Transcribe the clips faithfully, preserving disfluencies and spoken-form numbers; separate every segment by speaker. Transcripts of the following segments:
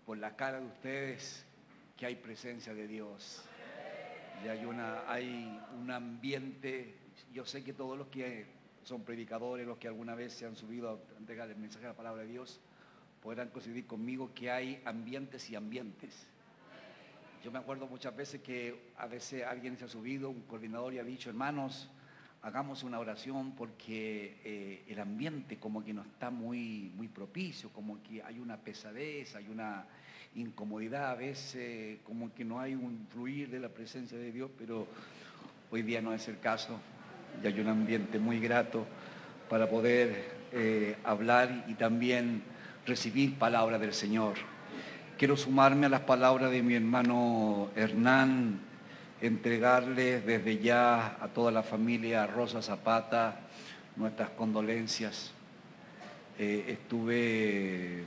Speaker 1: por la cara de ustedes que hay presencia de Dios. Y hay, una, hay un ambiente. Yo sé que todos los que son predicadores, los que alguna vez se han subido a entregar el mensaje de la palabra de Dios, podrán coincidir conmigo que hay ambientes y ambientes. Yo me acuerdo muchas veces que a veces alguien se ha subido, un coordinador, y ha dicho: hermanos, hagamos una oración porque eh, el ambiente como que no está muy, muy propicio, como que hay una pesadez, hay una incomodidad, a veces como que no hay un fluir de la presencia de Dios, pero hoy día no es el caso, y hay un ambiente muy grato para poder eh, hablar y también recibir palabra del Señor. Quiero sumarme a las palabras de mi hermano Hernán, entregarles desde ya a toda la familia Rosa Zapata nuestras condolencias. Eh, estuve eh,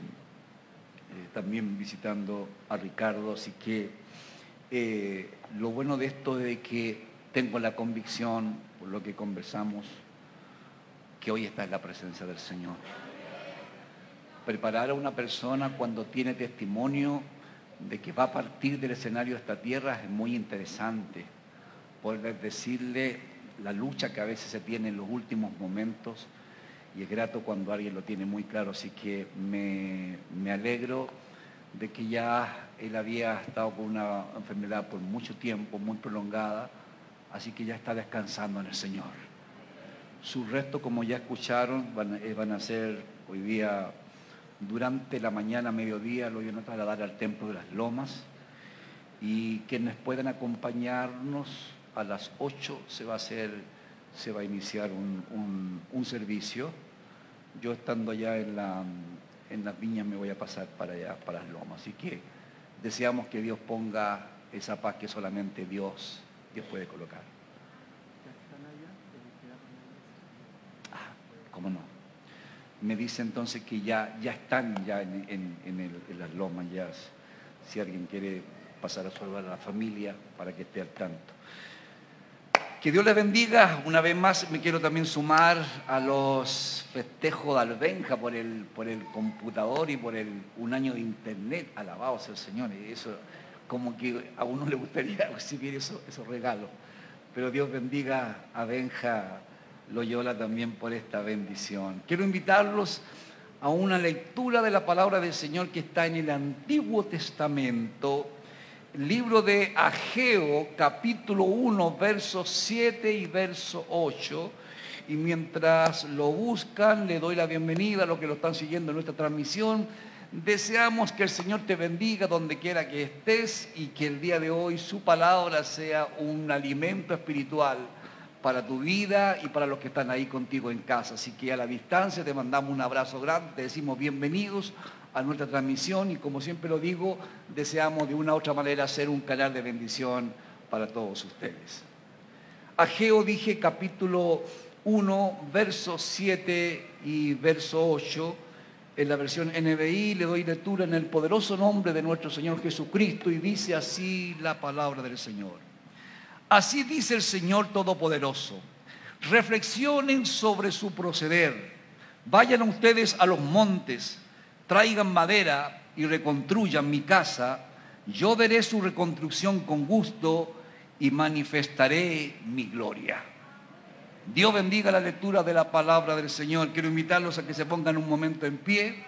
Speaker 1: también visitando a Ricardo, así que eh, lo bueno de esto es de que tengo la convicción, por lo que conversamos, que hoy está en la presencia del Señor. Preparar a una persona cuando tiene testimonio de que va a partir del escenario de esta tierra es muy interesante. Poder decirle la lucha que a veces se tiene en los últimos momentos, y es grato cuando alguien lo tiene muy claro. Así que me, me alegro de que ya él había estado con una enfermedad por mucho tiempo, muy prolongada, así que ya está descansando en el Señor. Sus restos, como ya escucharon, van, van a ser hoy día, durante la mañana, mediodía, lo iban a trasladar al Templo de las Lomas, y quienes puedan acompañarnos a las ocho se va a hacer, se va a iniciar un, un, un servicio. Yo estando allá en, la, en las viñas me voy a pasar para allá, para las Lomas, así que deseamos que Dios ponga esa paz que solamente Dios, Dios puede colocar. Ah, ¿cómo no? Me dice entonces que ya, ya están ya en, en, en, el, en las Lomas, ya, si alguien quiere pasar a saludar a la familia para que esté al tanto. Que Dios les bendiga. Una vez más me quiero también sumar a los festejos de Albenja por el, por el computador y por el, un año de internet. Alabado sea el Señor. Y eso, como que a uno le gustaría recibir eso, esos regalos. Pero Dios bendiga a Benja Loyola también por esta bendición. Quiero invitarlos a una lectura de la palabra del Señor que está en el Antiguo Testamento, libro de Ageo, capítulo uno, versos siete y verso ocho. Y mientras lo buscan, le doy la bienvenida a los que lo están siguiendo en nuestra transmisión. Deseamos que el Señor te bendiga donde quiera que estés, y que el día de hoy su palabra sea un alimento espiritual para tu vida y para los que están ahí contigo en casa. Así que a la distancia te mandamos un abrazo grande, te decimos bienvenidos a nuestra transmisión, y como siempre lo digo, deseamos de una u otra manera ser un canal de bendición para todos ustedes. Ageo, dije, capítulo uno, verso siete y verso ocho, en la versión N B I. Le doy lectura en el poderoso nombre de nuestro Señor Jesucristo, y dice así la palabra del Señor. Así dice el Señor Todopoderoso: reflexionen sobre su proceder, vayan ustedes a los montes, traigan madera y reconstruyan mi casa. Yo veré su reconstrucción con gusto y manifestaré mi gloria. Dios bendiga la lectura de la palabra del Señor. Quiero invitarlos a que se pongan un momento en pie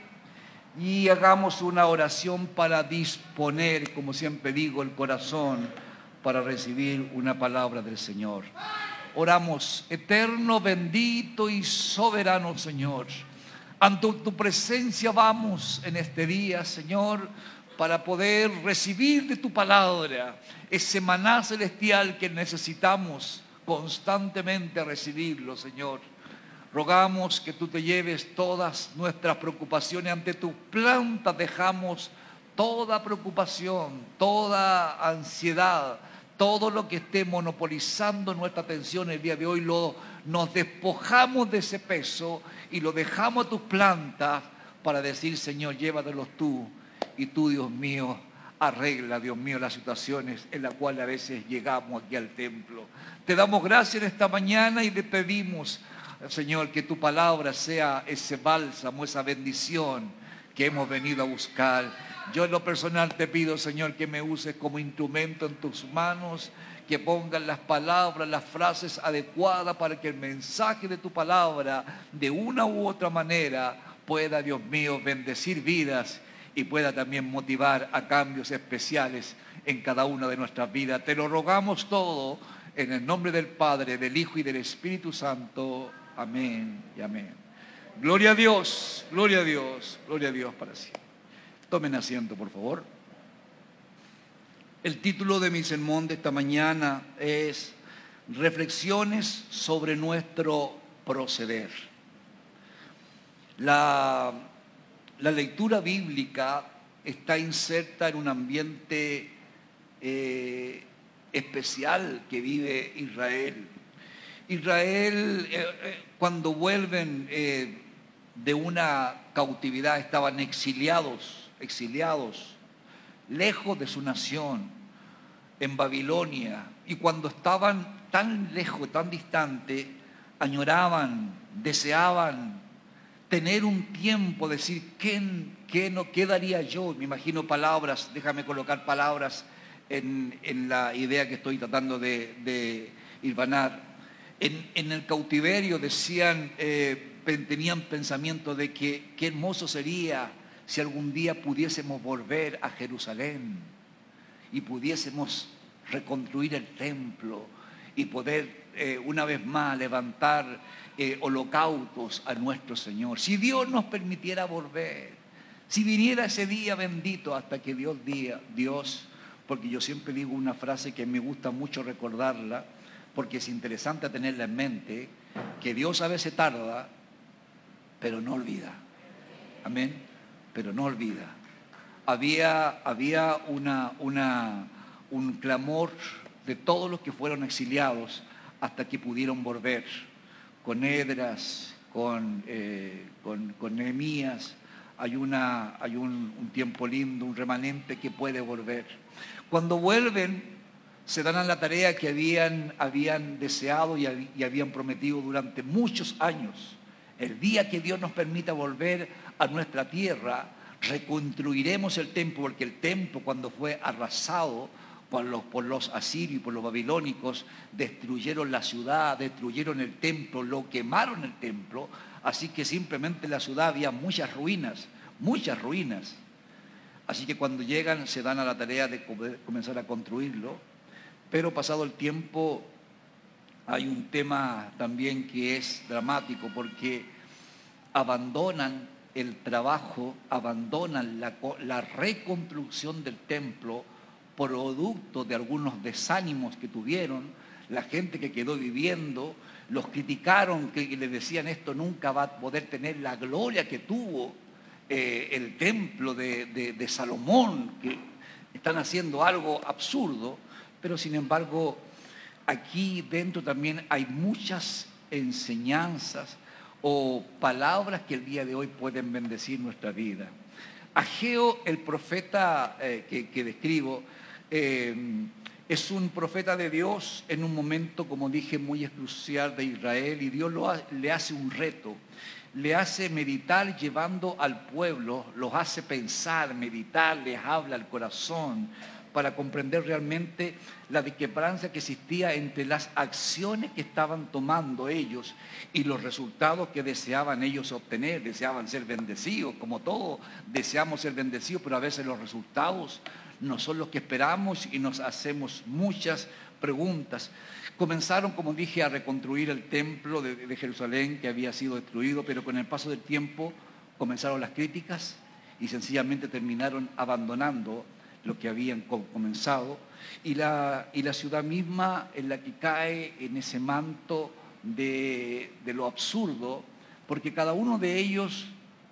Speaker 1: y hagamos una oración para disponer, como siempre digo, el corazón para recibir una palabra del Señor. Oramos. Eterno, bendito y soberano Señor, ante tu presencia vamos en este día, Señor, para poder recibir de tu palabra ese maná celestial que necesitamos constantemente recibirlo, Señor. Rogamos que tú te lleves todas nuestras preocupaciones ante tu planta. Dejamos toda preocupación, toda ansiedad, todo lo que esté monopolizando nuestra atención el día de hoy, lo, nos despojamos de ese peso y lo dejamos a tus plantas para decir: Señor, llévatelos tú, y tú, Dios mío, arregla, Dios mío, las situaciones en las cuales a veces llegamos aquí al templo. Te damos gracias en esta mañana y te pedimos, Señor, que tu palabra sea ese bálsamo, esa bendición que que hemos venido a buscar. Yo en lo personal te pido, Señor, que me uses como instrumento en tus manos, que pongas las palabras, las frases adecuadas para que el mensaje de tu palabra, de una u otra manera, pueda, Dios mío, bendecir vidas y pueda también motivar a cambios especiales en cada una de nuestras vidas. Te lo rogamos todo en el nombre del Padre, del Hijo y del Espíritu Santo. Amén y amén. Gloria a Dios, gloria a Dios, gloria a Dios para siempre. Tomen asiento, por favor. El título de mi sermón de esta mañana es Reflexiones sobre nuestro proceder. La, la lectura bíblica está inserta en un ambiente eh, especial que vive Israel. Israel, eh, eh, cuando vuelven eh, de una cautividad, estaban exiliados, exiliados, lejos de su nación, en Babilonia. Y cuando estaban tan lejos, tan distantes, añoraban, deseaban tener un tiempo, decir, ¿qué, qué, no, qué daría yo? Me imagino palabras, déjame colocar palabras en, en la idea que estoy tratando de, de hilvanar. En, en el cautiverio decían, eh, tenían pensamiento de que qué hermoso sería si algún día pudiésemos volver a Jerusalén y pudiésemos reconstruir el templo y poder eh, una vez más levantar eh, holocaustos a nuestro Señor. Si Dios nos permitiera volver, si viniera ese día bendito hasta que Dios diga, Dios, porque yo siempre digo una frase que me gusta mucho recordarla, porque es interesante tenerla en mente, que Dios a veces tarda, pero no olvida. Amén. Pero no olvida. Había, había una, una, un clamor de todos los que fueron exiliados hasta que pudieron volver, con Edras, con, eh, con, con Nehemías. Hay, una, hay un, un tiempo lindo, un remanente que puede volver. Cuando vuelven, se dan a la tarea que habían, habían deseado y, y habían prometido durante muchos años. El día que Dios nos permita volver a nuestra tierra, reconstruiremos el templo, porque el templo, cuando fue arrasado por los, por los asirios y por los babilónicos, destruyeron la ciudad, destruyeron el templo, lo quemaron el templo, así que simplemente en la ciudad había muchas ruinas, muchas ruinas. Así que cuando llegan se dan a la tarea de comenzar a construirlo, pero pasado el tiempo hay un tema también que es dramático, porque abandonan el trabajo, abandonan la, la reconstrucción del templo producto de algunos desánimos que tuvieron, la gente que quedó viviendo, los criticaron, que le decían esto nunca va a poder tener la gloria que tuvo eh, el templo de, de, de Salomón, que están haciendo algo absurdo, pero sin embargo aquí dentro también hay muchas enseñanzas o palabras que el día de hoy pueden bendecir nuestra vida. Ageo, el profeta eh, que, que describo, eh, es un profeta de Dios en un momento, como dije, muy crucial de Israel, y Dios lo ha, le hace un reto, le hace meditar llevando al pueblo, los hace pensar, meditar, les habla al corazón, para comprender realmente la discrepancia que existía entre las acciones que estaban tomando ellos y los resultados que deseaban ellos obtener. Deseaban ser bendecidos, como todos deseamos ser bendecidos, pero a veces los resultados no son los que esperamos y nos hacemos muchas preguntas. Comenzaron, como dije, a reconstruir el templo de, de Jerusalén que había sido destruido, pero con el paso del tiempo comenzaron las críticas y sencillamente terminaron abandonando lo que habían comenzado, y la, y la ciudad misma en la que cae en ese manto de, de lo absurdo, porque cada uno de ellos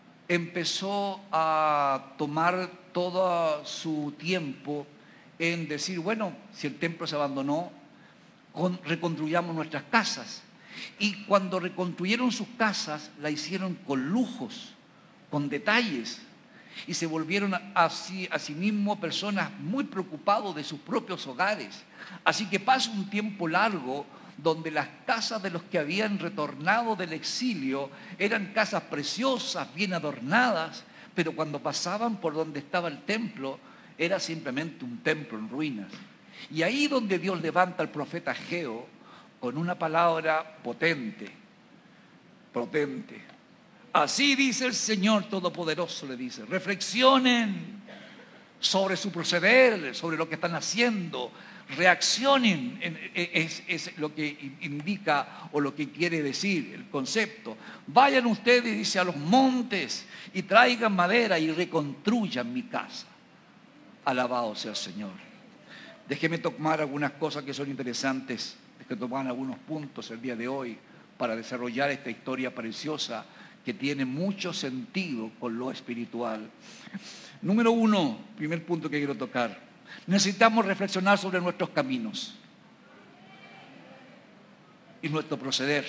Speaker 1: empezó a tomar todo su tiempo en decir, bueno, si el templo se abandonó, con, reconstruyamos nuestras casas. Y cuando reconstruyeron sus casas, la hicieron con lujos, con detalles, y se volvieron a sí, a sí mismos personas muy preocupados de sus propios hogares. Así que pasa un tiempo largo donde las casas de los que habían retornado del exilio eran casas preciosas, bien adornadas, pero cuando pasaban por donde estaba el templo, era simplemente un templo en ruinas. Y ahí donde Dios levanta al profeta Ageo con una palabra potente, potente. Así dice el Señor Todopoderoso, le dice, reflexionen sobre su proceder, sobre lo que están haciendo, reaccionen, es, es lo que indica o lo que quiere decir el concepto. Vayan ustedes, dice, a los montes y traigan madera y reconstruyan mi casa. Alabado sea el Señor. Déjeme tomar algunas cosas que son interesantes, déjeme tomar algunos puntos el día de hoy para desarrollar esta historia preciosa que tiene mucho sentido con lo espiritual. Número uno, primer punto que quiero tocar. Necesitamos reflexionar sobre nuestros caminos y nuestro proceder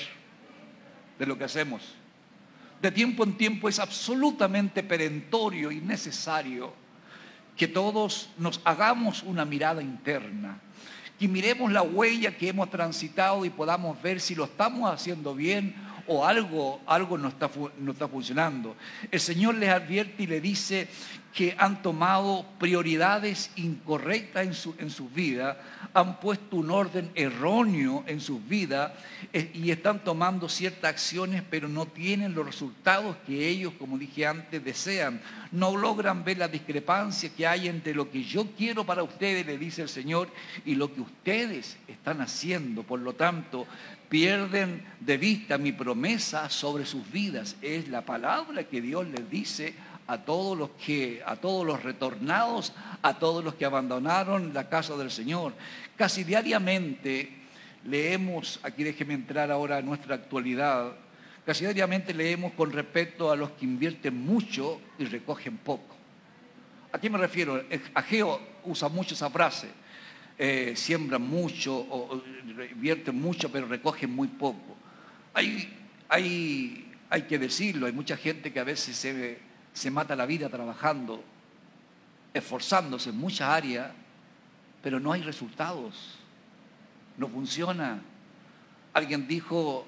Speaker 1: de lo que hacemos. De tiempo en tiempo es absolutamente perentorio y necesario que todos nos hagamos una mirada interna, que miremos la huella que hemos transitado y podamos ver si lo estamos haciendo bien o algo, algo no está, no está funcionando. El Señor les advierte y le dice que han tomado prioridades incorrectas en su, en sus vidas, han puesto un orden erróneo en sus vidas eh, y están tomando ciertas acciones, pero no tienen los resultados que ellos, como dije antes, desean. No logran ver la discrepancia que hay entre lo que yo quiero para ustedes, le dice el Señor, y lo que ustedes están haciendo. Por lo tanto, pierden de vista mi promesa sobre sus vidas. Es la palabra que Dios les dice a todos los que, a todos los retornados, a todos los que abandonaron la casa del Señor. Casi diariamente leemos, aquí déjeme entrar ahora a nuestra actualidad, casi diariamente leemos con respecto a los que invierten mucho y recogen poco. ¿A qué me refiero? Ageo usa mucho esa frase. Eh, siembran mucho, o, o invierten mucho, pero recogen muy poco. Hay, hay, hay que decirlo, hay mucha gente que a veces se, se mata la vida trabajando, esforzándose en muchas áreas, pero no hay resultados, no funciona. Alguien dijo,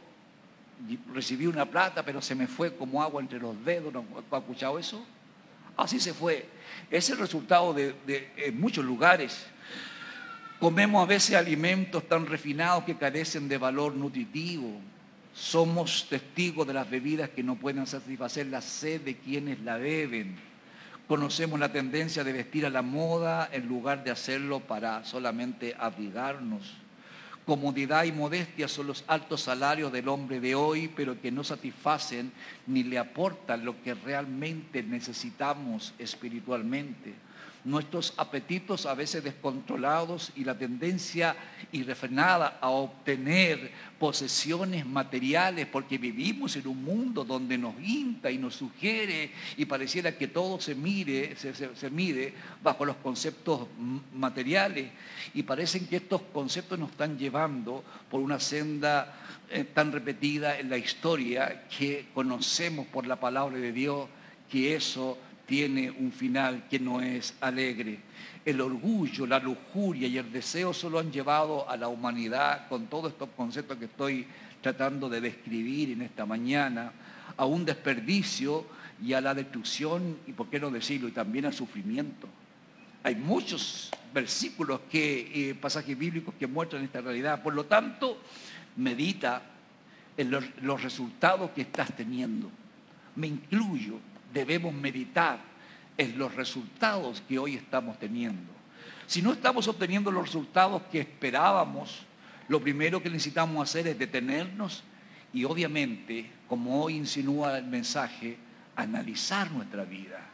Speaker 1: recibí una plata, pero se me fue como agua entre los dedos. ¿No ha escuchado eso? Así se fue. Es el resultado de, de en muchos lugares. Comemos a veces alimentos tan refinados que carecen de valor nutritivo. Somos testigos de las bebidas que no pueden satisfacer la sed de quienes la beben. Conocemos la tendencia de vestir a la moda en lugar de hacerlo para solamente abrigarnos. Comodidad y modestia son los altos salarios del hombre de hoy, pero que no satisfacen ni le aportan lo que realmente necesitamos espiritualmente. Nuestros apetitos a veces descontrolados y la tendencia irrefrenada a obtener posesiones materiales, porque vivimos en un mundo donde nos insta y nos sugiere y pareciera que todo se mire, se, se, se mide bajo los conceptos materiales, y parecen que estos conceptos nos están llevando por una senda eh, tan repetida en la historia que conocemos por la palabra de Dios, que eso tiene un final que no es alegre. El orgullo, la lujuria y el deseo solo han llevado a la humanidad, con todos estos conceptos que estoy tratando de describir en esta mañana, a un desperdicio y a la destrucción, y por qué no decirlo, y también al sufrimiento. Hay muchos versículos, que, eh, pasajes bíblicos que muestran esta realidad. Por lo tanto, medita en los, los resultados que estás teniendo. Me incluyo. Debemos meditar en los resultados que hoy estamos teniendo. Si no estamos obteniendo los resultados que esperábamos, lo primero que necesitamos hacer es detenernos y obviamente, como hoy insinúa el mensaje, analizar nuestra vida,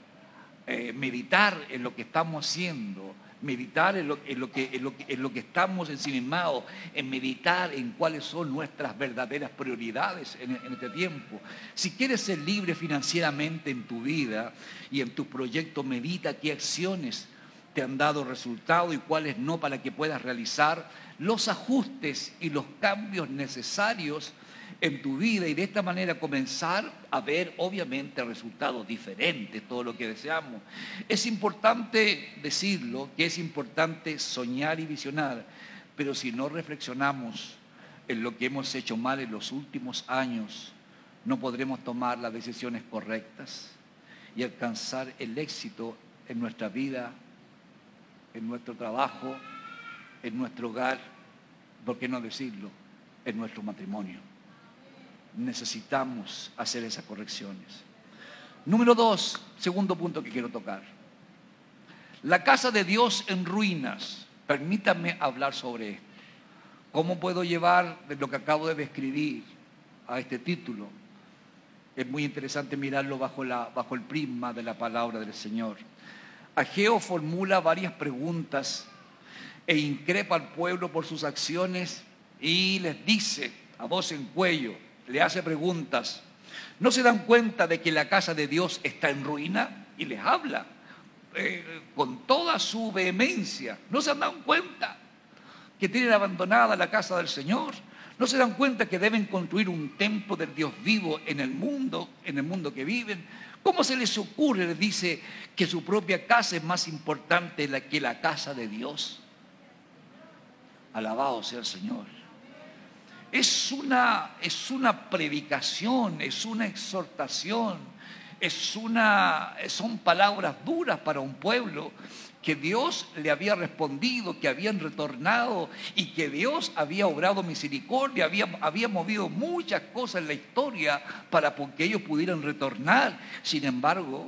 Speaker 1: eh, meditar en lo que estamos haciendo, meditar en lo, en lo, que, en lo, en lo que estamos ensimismados, en meditar en cuáles son nuestras verdaderas prioridades en, en este tiempo. Si quieres ser libre financieramente en tu vida y en tus proyectos, medita qué acciones te han dado resultado y cuáles no, para que puedas realizar los ajustes y los cambios necesarios en tu vida, y de esta manera comenzar a ver obviamente resultados diferentes, todo lo que deseamos. Es importante decirlo, que es importante soñar y visionar, pero si no reflexionamos en lo que hemos hecho mal en los últimos años, no podremos tomar las decisiones correctas. y alcanzar el éxito en nuestra vida, en nuestro trabajo, en nuestro hogar, ¿por qué no decirlo?, en nuestro matrimonio. Necesitamos hacer esas correcciones. Número dos, segundo punto que quiero tocar. La casa de Dios en ruinas. Permítanme hablar sobre esto. ¿Cómo puedo llevar de lo que acabo de describir a este título? Es muy interesante mirarlo bajo, la, bajo el prisma de la palabra del Señor. Ageo formula varias preguntas e increpa al pueblo por sus acciones y les dice a voz en cuello, le hace preguntas. ¿No se dan cuenta de que la casa de Dios está en ruina? Y les habla eh, con toda su vehemencia. ¿No se han dado cuenta que tienen abandonada la casa del Señor? ¿No se dan cuenta que deben construir un templo del Dios vivo en el mundo, en el mundo que viven? ¿Cómo se les ocurre, les dice, que su propia casa es más importante que la casa de Dios? Alabado sea el Señor. Es una, es una predicación, es una exhortación, es una, son palabras duras para un pueblo que Dios le había respondido, que habían retornado y que Dios había obrado misericordia, había, había movido muchas cosas en la historia para que ellos pudieran retornar. Sin embargo,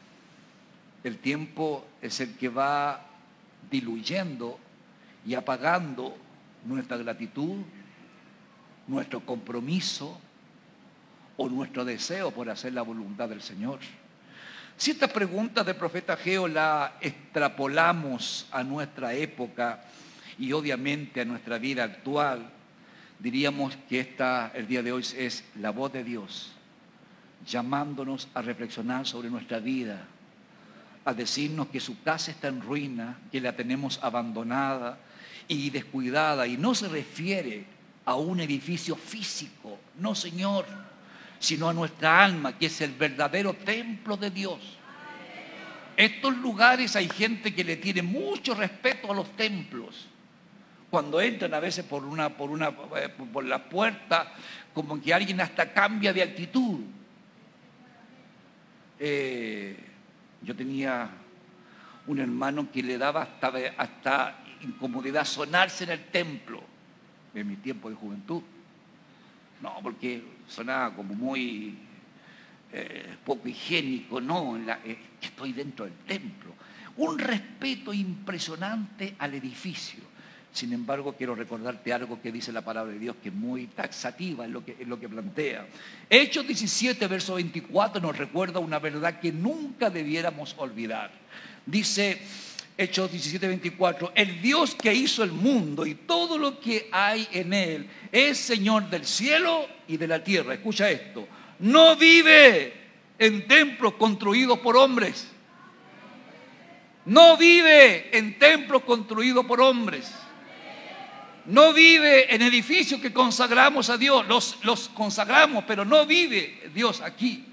Speaker 1: el tiempo es el que va diluyendo y apagando nuestra gratitud, nuestro compromiso o nuestro deseo por hacer la voluntad del Señor. Si esta pregunta del profeta Ageo la extrapolamos a nuestra época y obviamente a nuestra vida actual, diríamos que esta, el día de hoy es la voz de Dios llamándonos a reflexionar sobre nuestra vida, a decirnos que su casa está en ruina, que la tenemos abandonada y descuidada, y no se refiere a un edificio físico, no, Señor, sino a nuestra alma, que es el verdadero templo de Dios. Estos lugares hay gente que le tiene mucho respeto a los templos. Cuando entran a veces por una, por una, por la puerta, como que alguien hasta cambia de actitud. Eh, yo tenía un hermano que le daba hasta, hasta incomodidad sonarse en el templo, en mi tiempo de juventud. No, porque sonaba como muy eh, poco higiénico, no, la, eh, estoy dentro del templo. Un respeto impresionante al edificio. Sin embargo, quiero recordarte algo que dice la palabra de Dios, que es muy taxativa en lo que, en lo que plantea. Hechos diecisiete, verso veinticuatro, nos recuerda una verdad que nunca debiéramos olvidar. Dice Hechos diecisiete, veinticuatro, el Dios que hizo el mundo y todo lo que hay en él es Señor del cielo y de la tierra. Escucha esto, no vive en templos construidos por hombres. No vive en templos construidos por hombres. No vive en edificios que consagramos a Dios. Los, los consagramos, pero no vive Dios aquí.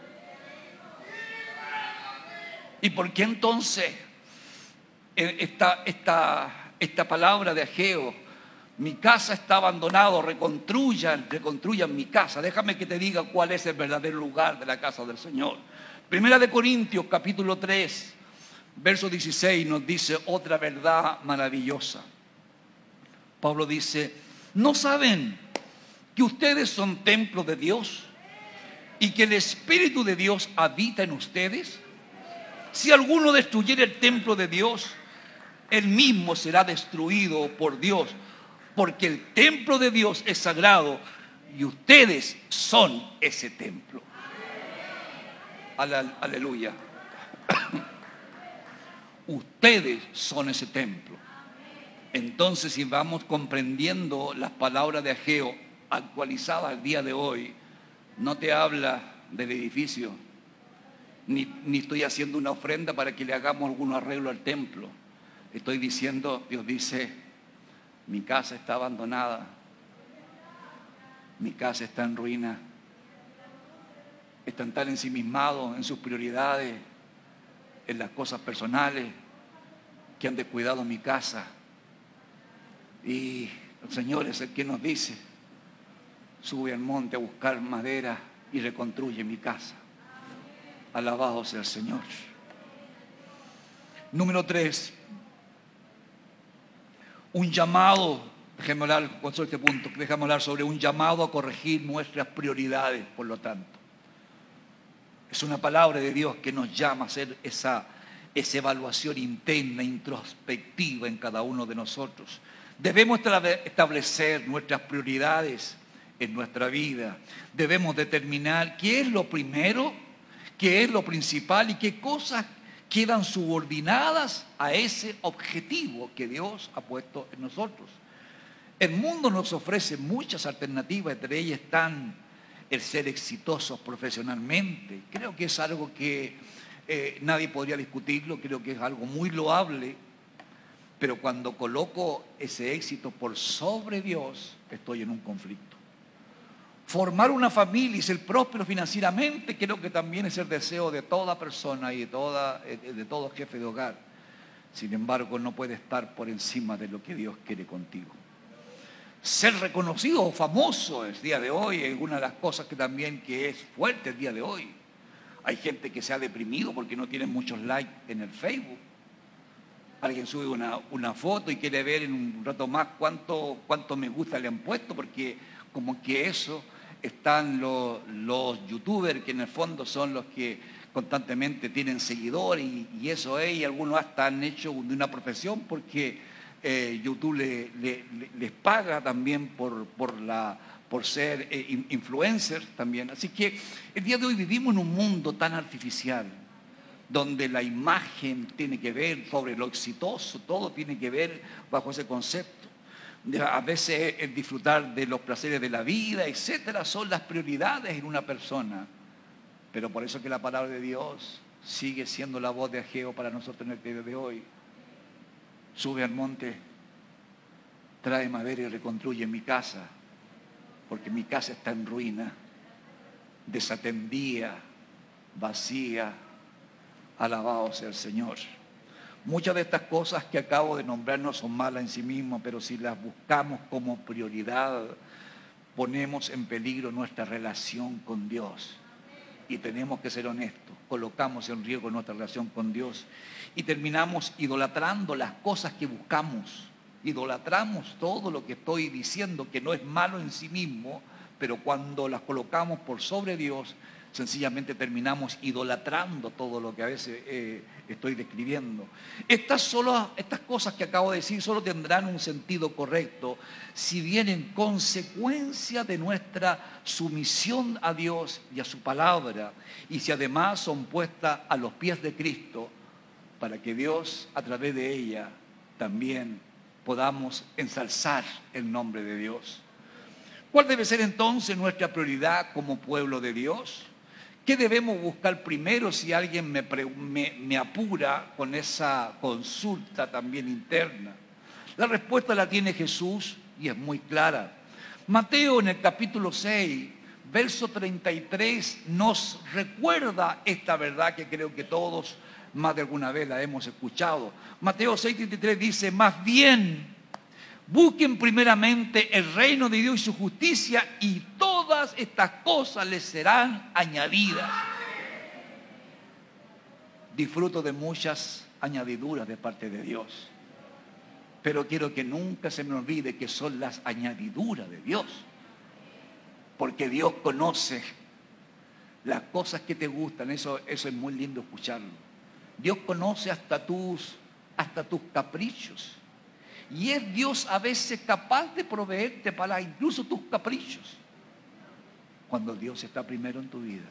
Speaker 1: ¿Y por qué entonces esta, esta, esta palabra de Ageo? Mi casa está abandonada, reconstruyan, reconstruyan mi casa. Déjame que te diga cuál es el verdadero lugar de la casa del Señor. Primera de Corintios, capítulo tres, verso dieciséis, nos dice otra verdad maravillosa. Pablo dice, ¿no saben que ustedes son templo de Dios y que el Espíritu de Dios habita en ustedes? Si alguno destruyera el templo de Dios, él mismo será destruido por Dios, porque el templo de Dios es sagrado y ustedes son ese templo. Aleluya. Ustedes son ese templo. Entonces, si vamos comprendiendo las palabras de Ageo actualizadas al día de hoy, no te habla del edificio, ni, ni estoy haciendo una ofrenda para que le hagamos algún arreglo al templo. Estoy diciendo, Dios dice, mi casa está abandonada, mi casa está en ruina, están tan ensimismados en sus prioridades, en las cosas personales, que han descuidado mi casa. Y el Señor es el que nos dice, sube al monte a buscar madera y reconstruye mi casa. Alabado sea el Señor. Número tres, un llamado, déjame hablar con este punto, déjame hablar sobre un llamado a corregir nuestras prioridades, por lo tanto. Es una palabra de Dios que nos llama a hacer esa, esa evaluación interna, introspectiva en cada uno de nosotros. Debemos establecer nuestras prioridades en nuestra vida. Debemos determinar qué es lo primero, qué es lo principal y qué cosas quedan subordinadas a ese objetivo que Dios ha puesto en nosotros. El mundo nos ofrece muchas alternativas, entre ellas están el ser exitosos profesionalmente. Creo que es algo que eh, nadie podría discutirlo, creo que es algo muy loable, pero cuando coloco ese éxito por sobre Dios, estoy en un conflicto. Formar una familia y ser próspero financieramente, creo que también es el deseo de toda persona y de, toda, de todo jefe de hogar. Sin embargo, no puede estar por encima de lo que Dios quiere contigo. Ser reconocido o famoso el día de hoy es una de las cosas que también que es fuerte el día de hoy. Hay gente que se ha deprimido porque no tiene muchos likes en el Facebook. Alguien sube una, una foto y quiere ver en un rato más cuánto, cuánto me gusta le han puesto, porque como que eso están los, los youtubers que en el fondo son los que constantemente tienen seguidores y, y eso es, y algunos hasta han hecho de una profesión porque eh, YouTube le, le, les paga también por, por, la, por ser eh, influencers también. Así que el día de hoy vivimos en un mundo tan artificial, donde la imagen tiene que ver sobre lo exitoso, todo tiene que ver bajo ese concepto. A veces el disfrutar de los placeres de la vida, etcétera, son las prioridades en una persona. Pero por eso que la palabra de Dios sigue siendo la voz de Ageo para nosotros en el día de hoy. Sube al monte, trae madera y reconstruye mi casa, porque mi casa está en ruina, desatendida, vacía. Alabado sea el Señor. Muchas de estas cosas que acabo de nombrar no son malas en sí mismas, pero si las buscamos como prioridad, ponemos en peligro nuestra relación con Dios. Y tenemos que ser honestos, colocamos en riesgo nuestra relación con Dios y terminamos idolatrando las cosas que buscamos. Idolatramos todo lo que estoy diciendo, que no es malo en sí mismo, pero cuando las colocamos por sobre Dios, sencillamente terminamos idolatrando todo lo que a veces eh, estoy describiendo. Estas, solo, estas cosas que acabo de decir solo tendrán un sentido correcto si vienen consecuencia de nuestra sumisión a Dios y a su palabra, y si además son puestas a los pies de Cristo, para que Dios a través de ella también podamos ensalzar el nombre de Dios. ¿Cuál debe ser entonces nuestra prioridad como pueblo de Dios? ¿Qué debemos buscar primero si alguien me, me, me apura con esa consulta también interna? La respuesta la tiene Jesús y es muy clara. Mateo en el capítulo seis, verso treinta y tres, nos recuerda esta verdad que creo que todos más de alguna vez la hemos escuchado. Mateo seis, treinta y tres dice, más bien, busquen primeramente el reino de Dios y su justicia y todas estas cosas les serán añadidas. Disfruto de muchas añadiduras de parte de Dios, pero quiero que nunca se me olvide que son las añadiduras de Dios, porque Dios conoce las cosas que te gustan. Eso, eso es muy lindo escucharlo. Dios conoce hasta tus, hasta tus caprichos. Y es Dios a veces capaz de proveerte para incluso tus caprichos, cuando Dios está primero en tu vida.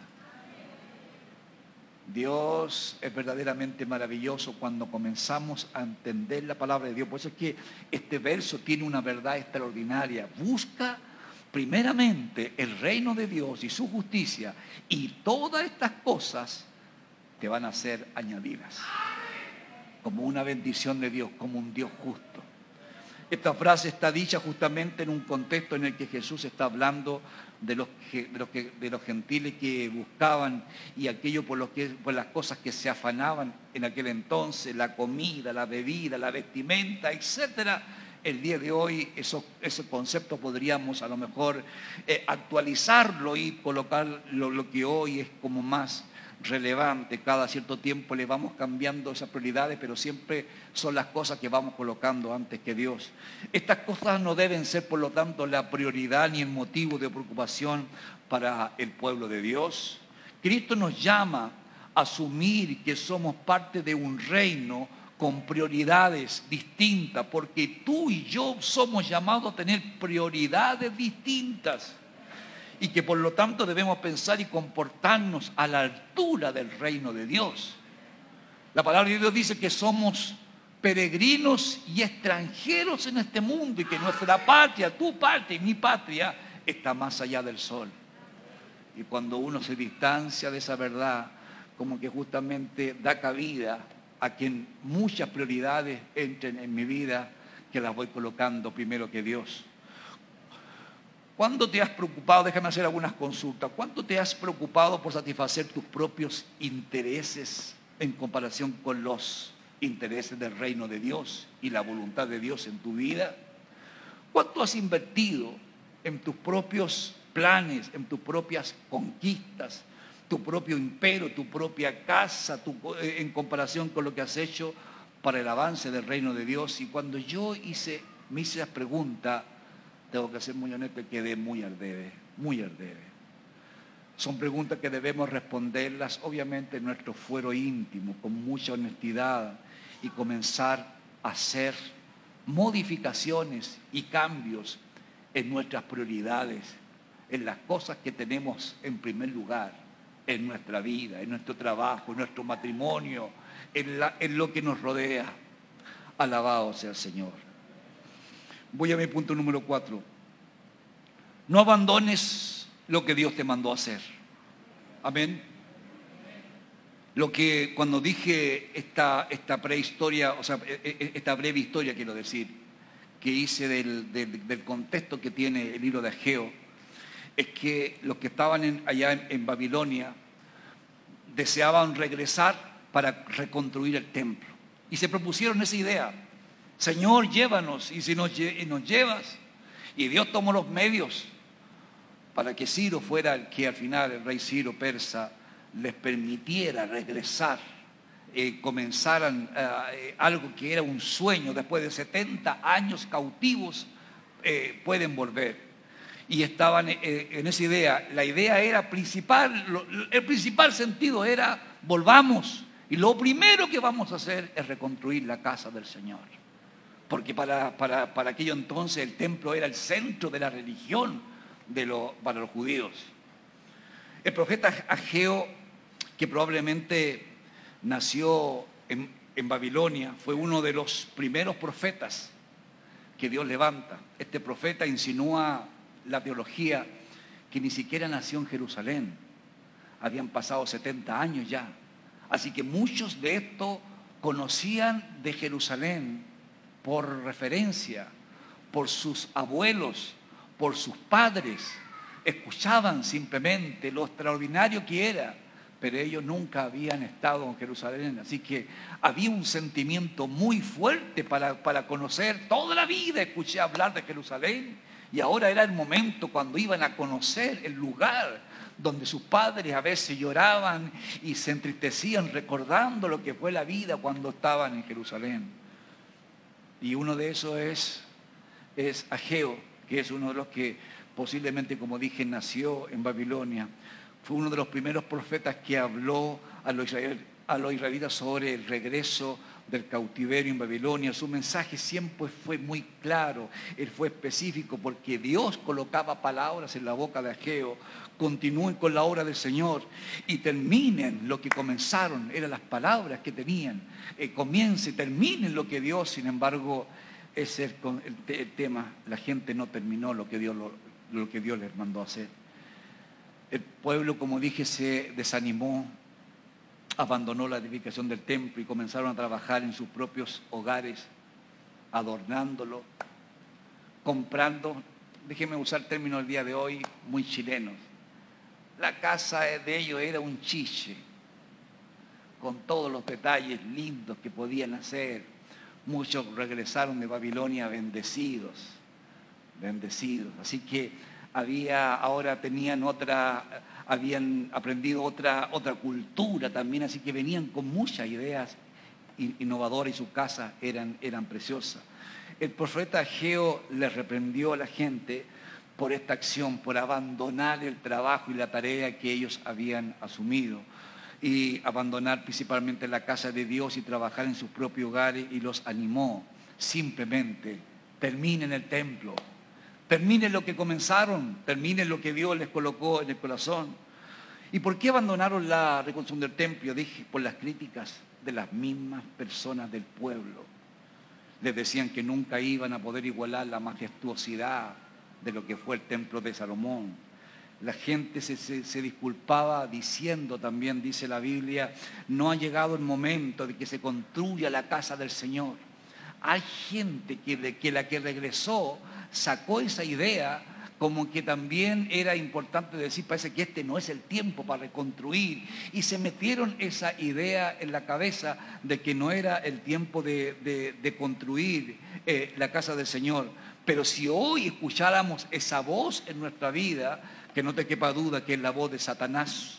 Speaker 1: Dios es verdaderamente maravilloso cuando comenzamos a entender la palabra de Dios. Por eso es que este verso tiene una verdad extraordinaria. Busca primeramente el reino de Dios y su justicia, y todas estas cosas te van a ser añadidas. Como una bendición de Dios, como un Dios justo. Esta frase está dicha justamente en un contexto en el que Jesús está hablando de los, de los, que, de los gentiles que buscaban y aquello por, lo que, por las cosas que se afanaban en aquel entonces, la comida, la bebida, la vestimenta, etcétera. El día de hoy esos, esos conceptos podríamos a lo mejor eh, actualizarlo y colocar lo, lo que hoy es como más relevante. Cada cierto tiempo le vamos cambiando esas prioridades, pero siempre son las cosas que vamos colocando antes que Dios. Estas cosas no deben ser, por lo tanto, la prioridad ni el motivo de preocupación para el pueblo de Dios. Cristo nos llama a asumir que somos parte de un reino con prioridades distintas, porque tú y yo somos llamados a tener prioridades distintas y que por lo tanto debemos pensar y comportarnos a la altura del reino de Dios. La palabra de Dios dice que somos peregrinos y extranjeros en este mundo y que nuestra patria, tu patria y mi patria, está más allá del sol. Y cuando uno se distancia de esa verdad, como que justamente da cabida a que muchas prioridades entren en mi vida, que las voy colocando primero que Dios. ¿Cuándo te has preocupado? Déjame hacer algunas consultas. ¿Cuánto te has preocupado por satisfacer tus propios intereses en comparación con los intereses del reino de Dios y la voluntad de Dios en tu vida? ¿Cuánto has invertido en tus propios planes, en tus propias conquistas, tu propio imperio, tu propia casa, tu, en comparación con lo que has hecho para el avance del reino de Dios? Y cuando yo hice, me hice la pregunta, tengo que ser muy honesto, quedé muy al debe, muy al debe. Son preguntas que debemos responderlas, obviamente, en nuestro fuero íntimo, con mucha honestidad, y comenzar a hacer modificaciones y cambios en nuestras prioridades, en las cosas que tenemos en primer lugar, en nuestra vida, en nuestro trabajo, en nuestro matrimonio, en, la, en lo que nos rodea. Alabado sea el Señor. Voy a mi punto número cuatro. No abandones lo que Dios te mandó a hacer. Amén. Lo que cuando dije esta, esta prehistoria, o sea, esta breve historia, quiero decir, que hice del, del, del contexto que tiene el libro de Ageo, es que los que estaban en, allá en, en Babilonia deseaban regresar para reconstruir el templo. Y se propusieron esa idea. Señor, llévanos, y si nos, y nos llevas. Y Dios tomó los medios para que Ciro fuera el que al final, el rey Ciro persa, les permitiera regresar, eh, comenzaran eh, algo que era un sueño. Después de setenta años cautivos, eh, pueden volver. Y estaban eh, en esa idea. La idea era principal, lo, el principal sentido era, volvamos, y lo primero que vamos a hacer es reconstruir la casa del Señor. Porque para, para, para aquello entonces el templo era el centro de la religión de lo, para los judíos. El profeta Ageo, que probablemente nació en, en Babilonia, fue uno de los primeros profetas que Dios levanta. Este profeta insinúa la teología que ni siquiera nació en Jerusalén. Habían pasado setenta años ya. Así que muchos de estos conocían de Jerusalén por referencia, por sus abuelos, por sus padres. Escuchaban simplemente lo extraordinario que era, pero ellos nunca habían estado en Jerusalén. Así que había un sentimiento muy fuerte para, para conocer. Toda la vida escuché hablar de Jerusalén, y ahora era el momento cuando iban a conocer el lugar donde sus padres a veces lloraban y se entristecían recordando lo que fue la vida cuando estaban en Jerusalén. Y uno de esos es, es Ageo, que es uno de los que posiblemente, como dije, nació en Babilonia. Fue uno de los primeros profetas que habló a los, israel, a los israelitas sobre el regreso del cautiverio en Babilonia. Su mensaje siempre fue muy claro, él fue específico, porque Dios colocaba palabras en la boca de Ageo. Continúen con la obra del Señor y terminen lo que comenzaron, eran las palabras que tenían. Eh, comience, terminen lo que Dios, sin embargo, ese es el, el, el tema. La gente no terminó lo que Dios, lo, lo que Dios les mandó a hacer. El pueblo, como dije, se desanimó, abandonó la edificación del templo y comenzaron a trabajar en sus propios hogares, adornándolo, comprando, déjenme usar términos del día de hoy, muy chilenos. La casa de ellos era un chiche, con todos los detalles lindos que podían hacer. Muchos regresaron de Babilonia bendecidos, bendecidos. Así que había, ahora tenían otra, habían aprendido otra, otra cultura también, así que venían con muchas ideas innovadoras y sus casas eran, eran preciosas. El profeta Ageo le reprendió a la gente por esta acción, por abandonar el trabajo y la tarea que ellos habían asumido y abandonar principalmente la casa de Dios y trabajar en sus propios hogares, y los animó simplemente: terminen el templo, terminen lo que comenzaron, terminen lo que Dios les colocó en el corazón. ¿Y por qué abandonaron la reconstrucción del templo? Dije, por las críticas de las mismas personas del pueblo. Les decían que nunca iban a poder igualar la majestuosidad de lo que fue el templo de Salomón. La gente se, se, se disculpaba diciendo también, dice la Biblia, no ha llegado el momento de que se construya la casa del Señor. Hay gente que, que la que regresó sacó esa idea como que también era importante decir, parece que este no es el tiempo para reconstruir, y se metieron esa idea en la cabeza de que no era el tiempo de, de, de construir eh, la casa del Señor. Pero si hoy escucháramos esa voz en nuestra vida, que no te quepa duda que es la voz de Satanás,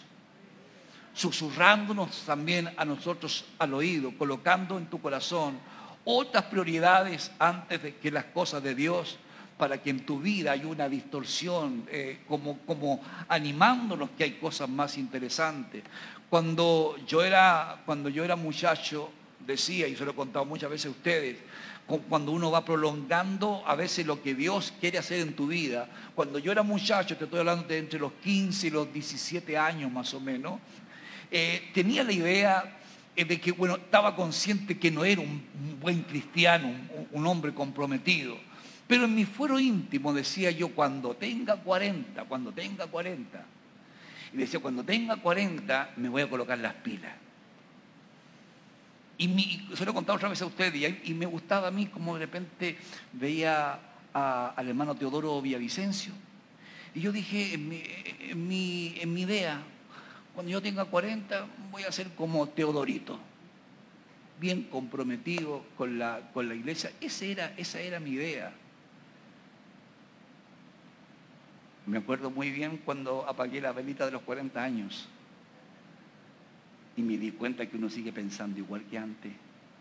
Speaker 1: susurrándonos también a nosotros al oído, colocando en tu corazón otras prioridades antes de que las cosas de Dios, para que en tu vida haya una distorsión, eh, como, como animándonos que hay cosas más interesantes. Cuando yo era, cuando yo era muchacho, decía, y se lo he contado muchas veces a ustedes, cuando uno va prolongando a veces lo que Dios quiere hacer en tu vida. Cuando yo era muchacho, te estoy hablando de entre los quince y los diecisiete años más o menos, eh, tenía la idea de que, bueno, estaba consciente que no era un buen cristiano, un, un hombre comprometido. Pero en mi fuero íntimo decía yo, cuando tenga cuarenta, cuando tenga cuarenta, y decía, cuando tenga cuarenta me voy a colocar las pilas. Y, mi, y se lo he contado otra vez a ustedes, y, y me gustaba a mí como de repente veía a, al hermano Teodoro Villavicencio, y yo dije, en mi, en, mi, en mi idea, cuando yo tenga cuarenta voy a ser como Teodorito, bien comprometido con la, con la iglesia. Ese era, esa era mi idea. Me acuerdo muy bien cuando apagué la velita de los cuarenta años y me di cuenta que uno sigue pensando igual que antes.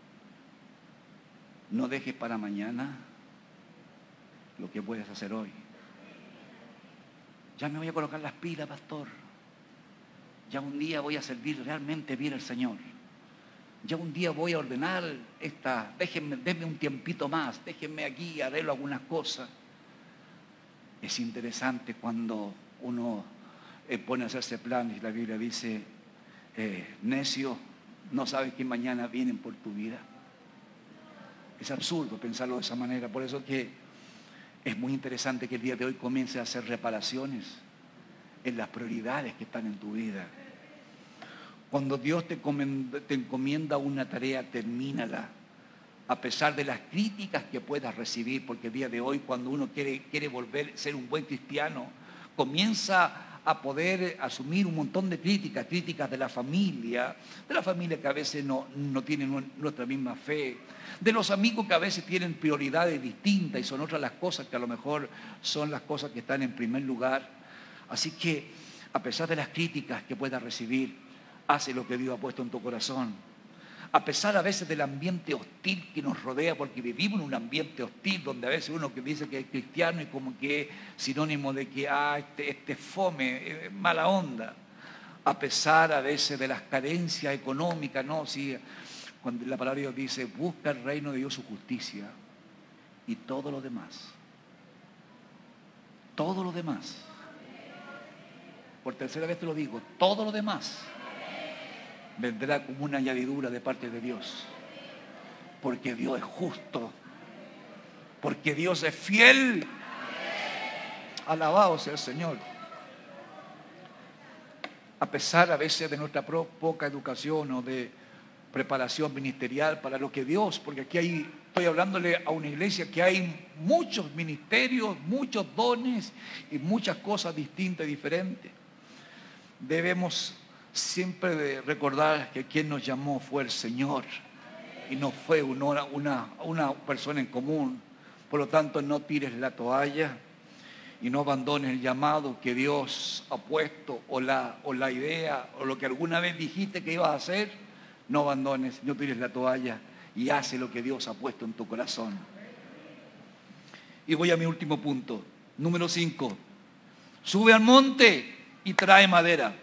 Speaker 1: No dejes para mañana lo que puedes hacer hoy. Ya me voy a colocar las pilas, pastor. Ya un día voy a servir realmente bien al Señor. Ya un día voy a ordenar esta, déjenme, denme un tiempito más, déjenme aquí, arreglo algunas cosas. Es interesante cuando uno eh, pone a hacerse planes, y la Biblia dice, eh, necio, no sabes que mañana vienen por tu vida. Es absurdo pensarlo de esa manera. Por eso que es muy interesante que el día de hoy comiences a hacer reparaciones en las prioridades que están en tu vida. Cuando Dios te encomienda, te encomienda una tarea, termínala, a pesar de las críticas que puedas recibir, porque el día de hoy, cuando uno quiere, quiere volver a ser un buen cristiano, comienza a poder asumir un montón de críticas, críticas de la familia, de la familia que a veces no, no tienen nuestra misma fe, de los amigos que a veces tienen prioridades distintas y son otras las cosas que a lo mejor son las cosas que están en primer lugar. Así que, a pesar de las críticas que puedas recibir, hace lo que Dios ha puesto en tu corazón. A pesar a veces del ambiente hostil que nos rodea, porque vivimos en un ambiente hostil donde a veces uno que dice que es cristiano y como que es sinónimo de que ah, este, este fome, es mala onda. A pesar a veces de las carencias económicas, ¿no? Sí, cuando la palabra de Dios dice, busca el reino de Dios, su justicia, y todo lo demás, todo lo demás, por tercera vez te lo digo, todo lo demás vendrá como una añadidura de parte de Dios. Porque Dios es justo. Porque Dios es fiel. Alabado sea el Señor. A pesar a veces de nuestra poca educación o de preparación ministerial para lo que Dios, porque aquí hay, estoy hablándole a una iglesia que hay muchos ministerios, muchos dones y muchas cosas distintas y diferentes. Debemos siempre de recordar que quien nos llamó fue el Señor y no fue una, una, una persona en común. Por lo tanto, no tires la toalla y no abandones el llamado que Dios ha puesto o la, o la idea o lo que alguna vez dijiste que ibas a hacer. No abandones, no tires la toalla y hace lo que Dios ha puesto en tu corazón. Y voy a mi último punto, número cinco. Sube al monte y trae madera.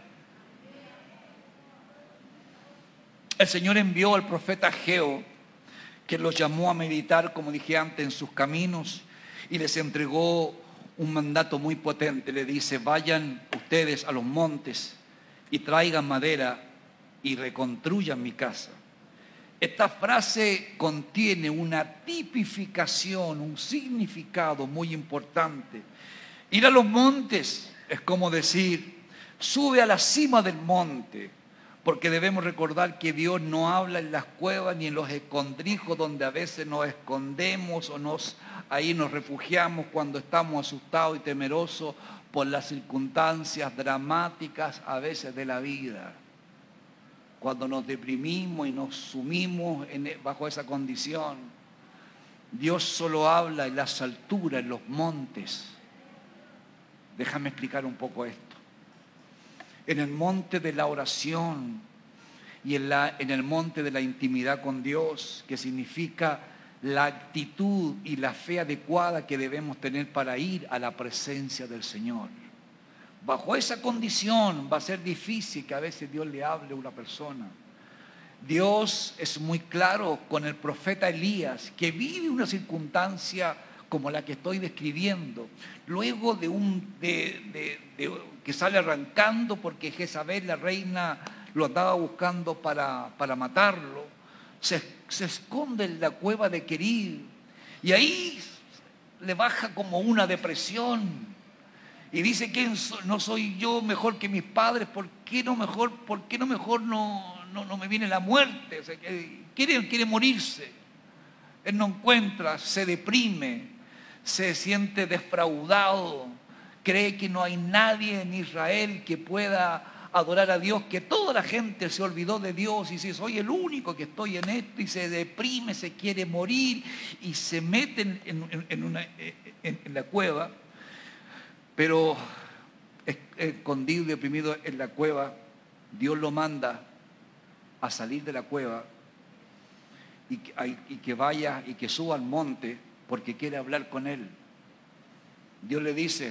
Speaker 1: El Señor envió al profeta Ageo, que los llamó a meditar, como dije antes, en sus caminos, y les entregó un mandato muy potente. Le dice: vayan ustedes a los montes y traigan madera y reconstruyan mi casa. Esta frase contiene una tipificación, un significado muy importante. Ir a los montes es como decir, sube a la cima del monte, porque debemos recordar que Dios no habla en las cuevas ni en los escondrijos donde a veces nos escondemos o nos, ahí nos refugiamos cuando estamos asustados y temerosos por las circunstancias dramáticas a veces de la vida. Cuando nos deprimimos y nos sumimos en, bajo esa condición, Dios solo habla en las alturas, en los montes. Déjame explicar un poco esto. En el monte de la oración y en, la, en el monte de la intimidad con Dios, que significa la actitud y la fe adecuada que debemos tener para ir a la presencia del Señor. Bajo esa condición va a ser difícil que a veces Dios le hable a una persona. Dios es muy claro con el profeta Elías, que vive una circunstancia como la que estoy describiendo. Luego de un de, de, de, que sale arrancando porque Jezabel, la reina, lo andaba buscando para, para matarlo, se, se esconde en la cueva de Querib y ahí le baja como una depresión. Y dice: ¿quién soy? ¿No soy yo mejor que mis padres? ¿Por qué no mejor, por qué no, mejor no, no, no me viene la muerte? O sea, quiere, quiere morirse. Él no encuentra, se deprime, se siente defraudado, cree que no hay nadie en Israel que pueda adorar a Dios, que toda la gente se olvidó de Dios y dice: soy el único que estoy en esto, y se deprime, se quiere morir y se mete en, en, en, una, en, en la cueva. Pero escondido y deprimido en la cueva, Dios lo manda a salir de la cueva y que, y que vaya y que suba al monte porque quiere hablar con él. Dios le dice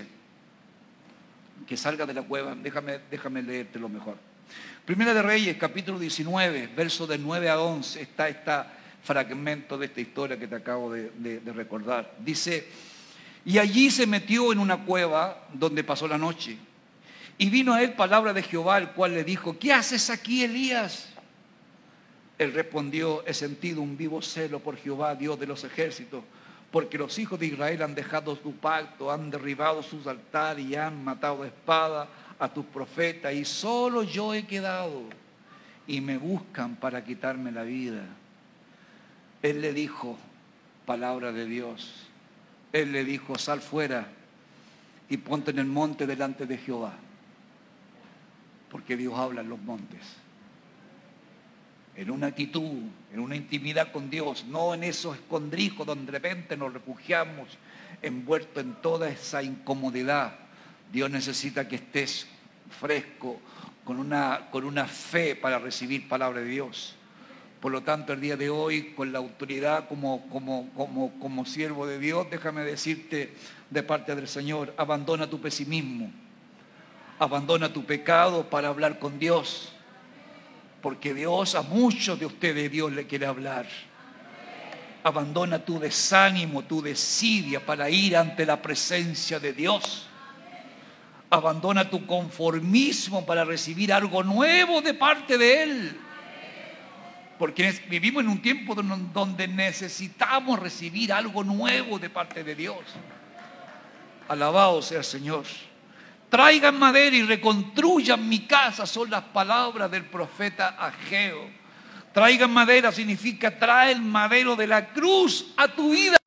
Speaker 1: que salga de la cueva. Déjame, déjame leerte lo mejor. Primera de Reyes, capítulo diecinueve, versos de nueve a once, está este fragmento de esta historia que te acabo de, de, de recordar. Dice: y allí se metió en una cueva donde pasó la noche. Y vino a él palabra de Jehová, el cual le dijo: ¿qué haces aquí, Elías? Él respondió: he sentido un vivo celo por Jehová, Dios de los ejércitos, porque los hijos de Israel han dejado su pacto, han derribado sus altares y han matado a espada a tus profetas, y solo yo he quedado, y me buscan para quitarme la vida. Él le dijo, palabra de Dios, Él le dijo: sal fuera y ponte en el monte delante de Jehová. Porque Dios habla en los montes. En una actitud, en una intimidad con Dios, no en esos escondrijos donde de repente nos refugiamos envueltos en toda esa incomodidad. Dios necesita que estés fresco, con una, con una fe para recibir palabra de Dios. Por lo tanto, el día de hoy, con la autoridad como, como, como, como siervo de Dios, déjame decirte de parte del Señor: abandona tu pesimismo, abandona tu pecado para hablar con Dios, porque Dios, a muchos de ustedes Dios le quiere hablar. Abandona tu desánimo, tu desidia para ir ante la presencia de Dios. Abandona tu conformismo para recibir algo nuevo de parte de Él. Porque vivimos en un tiempo donde necesitamos recibir algo nuevo de parte de Dios. Alabado sea el Señor. Traigan madera y reconstruyan mi casa, son las palabras del profeta Ageo. Traigan madera significa trae el madero de la cruz a tu vida.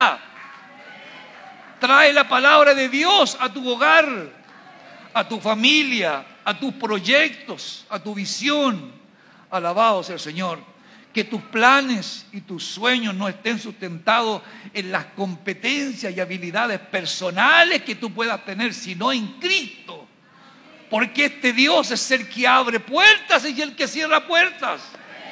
Speaker 1: Trae la palabra de Dios a tu hogar, a tu familia, a tus proyectos, a tu visión. Alabado sea el Señor. Que tus planes y tus sueños no estén sustentados en las competencias y habilidades personales que tú puedas tener, sino en Cristo. Porque este Dios es el que abre puertas y el que cierra puertas.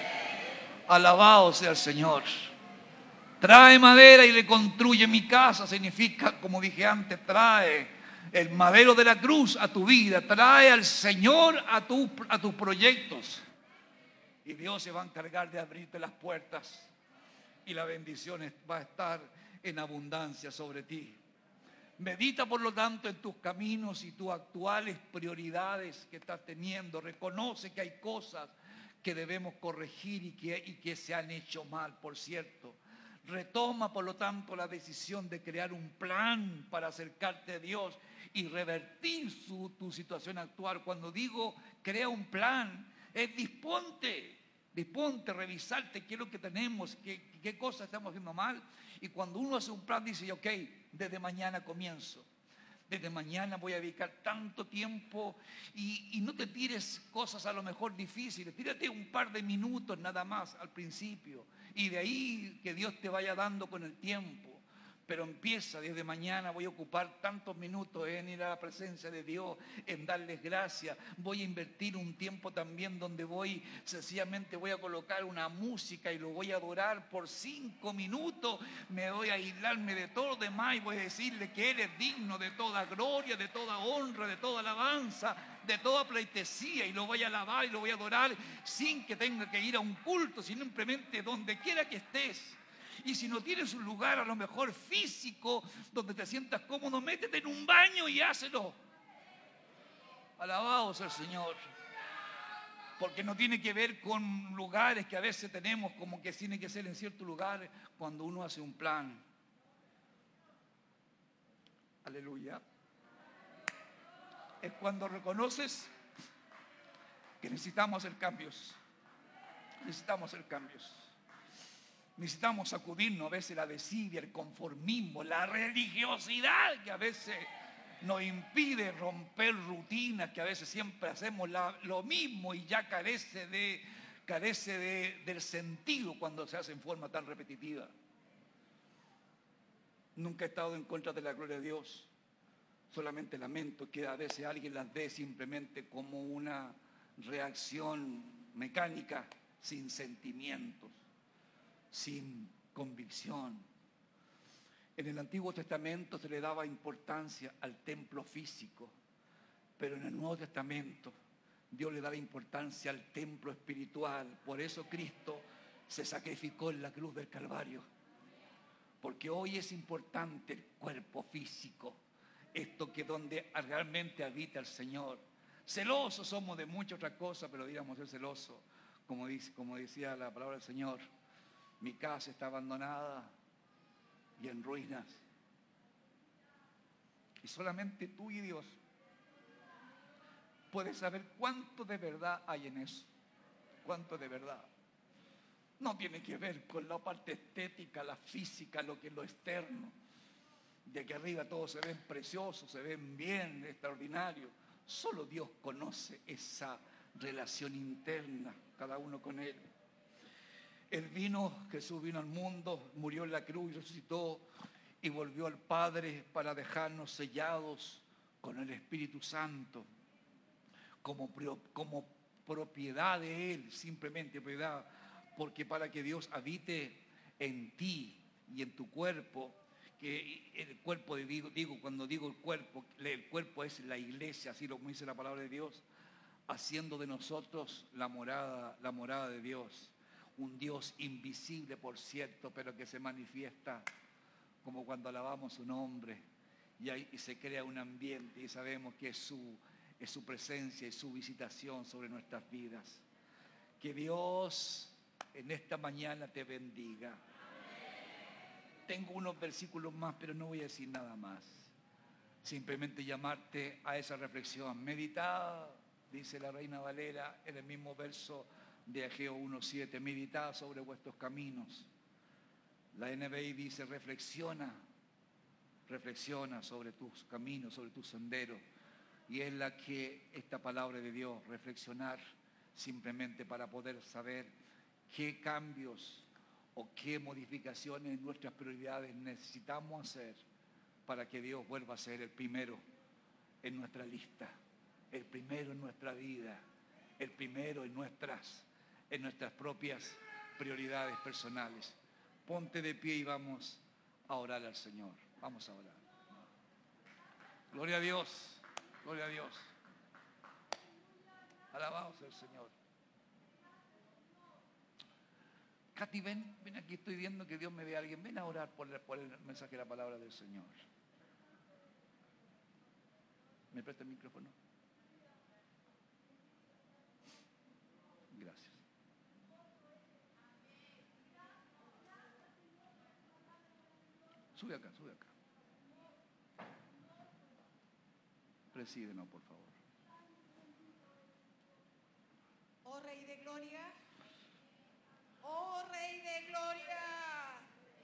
Speaker 1: Alabado sea el Señor. Trae madera y reconstruye mi casa. Significa, como dije antes, trae el madero de la cruz a tu vida. Trae al Señor a, tu, a tus proyectos. Y Dios se va a encargar de abrirte las puertas. Y la bendición va a estar en abundancia sobre ti. Medita, por lo tanto, en tus caminos y tus actuales prioridades que estás teniendo. Reconoce que hay cosas que debemos corregir y que, y que se han hecho mal, por cierto. Retoma, por lo tanto, la decisión de crear un plan para acercarte a Dios y revertir su, tu situación actual. Cuando digo crea un plan, es disponte, disponte, revisarte qué es lo que tenemos, qué, qué cosas estamos haciendo mal. Y cuando uno hace un plan, dice, ok, desde mañana comienzo. Desde mañana voy a dedicar tanto tiempo y, y no te tires cosas a lo mejor difíciles. Tírate un par de minutos nada más al principio y de ahí que Dios te vaya dando con el tiempo. Pero empieza desde mañana, voy a ocupar tantos minutos en ir a la presencia de Dios, en darles gracias. Voy a invertir un tiempo también donde voy, sencillamente voy a colocar una música y lo voy a adorar por cinco minutos. Me voy a aislarme de todo lo demás y voy a decirle que Él es digno de toda gloria, de toda honra, de toda alabanza, de toda pleitesía. Y lo voy a alabar y lo voy a adorar sin que tenga que ir a un culto, sino simplemente donde quiera que estés. Y si no tienes un lugar a lo mejor físico donde te sientas cómodo, métete en un baño y hácelo. Alabado sea el Señor. Porque no tiene que ver con lugares que a veces tenemos como que tiene que ser en ciertos lugares cuando uno hace un plan. Aleluya. Es cuando reconoces que necesitamos hacer cambios. Necesitamos hacer cambios. Necesitamos sacudirnos a veces la desidia, el conformismo, la religiosidad que a veces nos impide romper rutinas, que a veces siempre hacemos la, lo mismo y ya carece, de, carece de, del sentido cuando se hace en forma tan repetitiva. Nunca he estado en contra de la gloria de Dios. Solamente lamento que a veces alguien las ve simplemente como una reacción mecánica, sin sentimientos, sin convicción. En el Antiguo Testamento se le daba importancia al templo físico, pero en el Nuevo Testamento Dios le daba importancia al templo espiritual. Por eso Cristo se sacrificó en la cruz del Calvario, porque hoy es importante el cuerpo físico, esto que donde realmente habita el Señor. Celosos somos de muchas otras cosas, pero digamos ser celosos, como, dice, como decía la palabra del Señor. Mi casa está abandonada y en ruinas. Y solamente tú y Dios puedes saber cuánto de verdad hay en eso. Cuánto de verdad. No tiene que ver con la parte estética, la física, lo que es lo externo. De aquí arriba todos se ven preciosos, se ven bien, extraordinarios. Solo Dios conoce esa relación interna, cada uno con Él. Él vino, Jesús vino al mundo, murió en la cruz y resucitó y volvió al Padre para dejarnos sellados con el Espíritu Santo como, como propiedad de Él, simplemente propiedad, porque para que Dios habite en ti y en tu cuerpo, que el cuerpo, de, digo, digo, cuando digo el cuerpo, el cuerpo es la iglesia, así lo dice la palabra de Dios, haciendo de nosotros la morada, la morada de Dios. Un Dios invisible, por cierto, pero que se manifiesta como cuando alabamos su nombre y, ahí, y se crea un ambiente y sabemos que es su, es su presencia y su visitación sobre nuestras vidas. Que Dios en esta mañana te bendiga. Tengo unos versículos más, pero no voy a decir nada más. Simplemente llamarte a esa reflexión. Meditad, dice la Reina Valera en el mismo verso de Ageo uno siete, meditad sobre vuestros caminos. La N B I dice, reflexiona, reflexiona sobre tus caminos, sobre tus senderos. Y es la que esta palabra de Dios, reflexionar simplemente para poder saber qué cambios o qué modificaciones en nuestras prioridades necesitamos hacer para que Dios vuelva a ser el primero en nuestra lista, el primero en nuestra vida, el primero en nuestras, en nuestras propias prioridades personales. Ponte de pie y vamos a orar al Señor. Vamos a orar. Gloria a Dios, gloria a Dios. Alabado sea el Señor. Katy, ven, ven aquí, estoy viendo que Dios me ve a alguien. Ven a orar por el, por el mensaje de la palabra del Señor. ¿Me presta el micrófono? Gracias. Sube acá, sube acá. Presídenos, por favor.
Speaker 2: Oh Rey de Gloria, oh Rey de Gloria.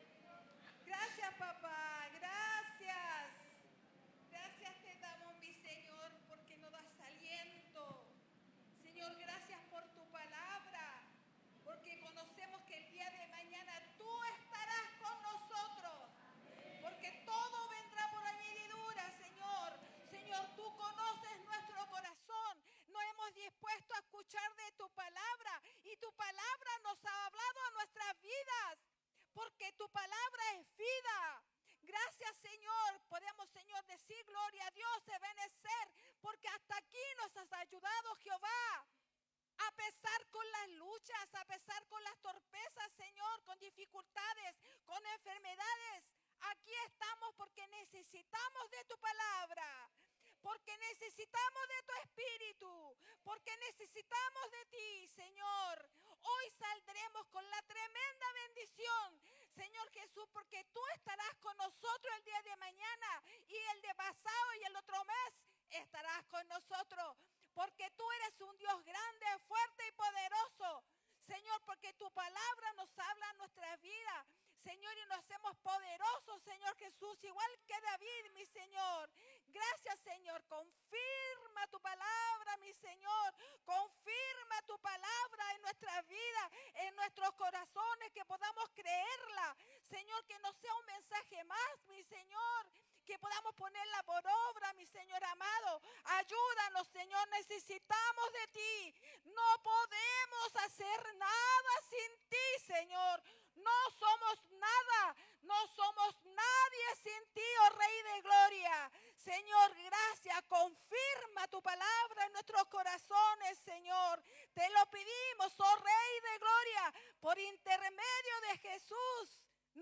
Speaker 2: Gracias, papá, gracias. Gracias te damos, mi Señor, porque nos das aliento. Señor, gracias por tu palabra, porque conocemos que el día de mañana tú estarás con nosotros. Porque todo vendrá por añadidura, Señor. Señor, tú conoces nuestro corazón. Nos hemos dispuesto a escuchar de tu palabra y tu palabra nos ha hablado a nuestras vidas. Porque tu palabra es vida. Gracias, Señor. Podemos, Señor, decir gloria a Dios, ebenecer, porque hasta aquí nos has ayudado, Jehová. A pesar con las luchas, a pesar con las torpezas, Señor, con dificultades, con enfermedades. Aquí estamos porque necesitamos de tu palabra, porque necesitamos de tu espíritu, porque necesitamos de ti, Señor. Hoy saldremos con la tremenda bendición, Señor Jesús, porque tú estarás con nosotros el día de mañana y el de pasado y el otro mes estarás con nosotros, porque tú eres un Dios grande, fuerte y poderoso. Señor, porque tu palabra nos habla en nuestras vidas, Señor, y nos hacemos poderosos, Señor Jesús, igual que David, mi Señor. Gracias, Señor. Confirma tu palabra, mi Señor. Confirma tu palabra en nuestras vidas, en nuestros corazones, que podamos creerla. Señor, que no sea un mensaje más, mi Señor, que podamos ponerla por obra, mi Señor amado. Ayúdanos, Señor, necesitamos de ti. No podemos hacer nada sin ti, Señor. No somos nada, no somos nadie sin ti, oh Rey de Gloria. Señor, gracias, confirma tu palabra en nuestros corazones, Señor. Te lo pedimos, oh Rey de Gloria, por intermedio de Jesús.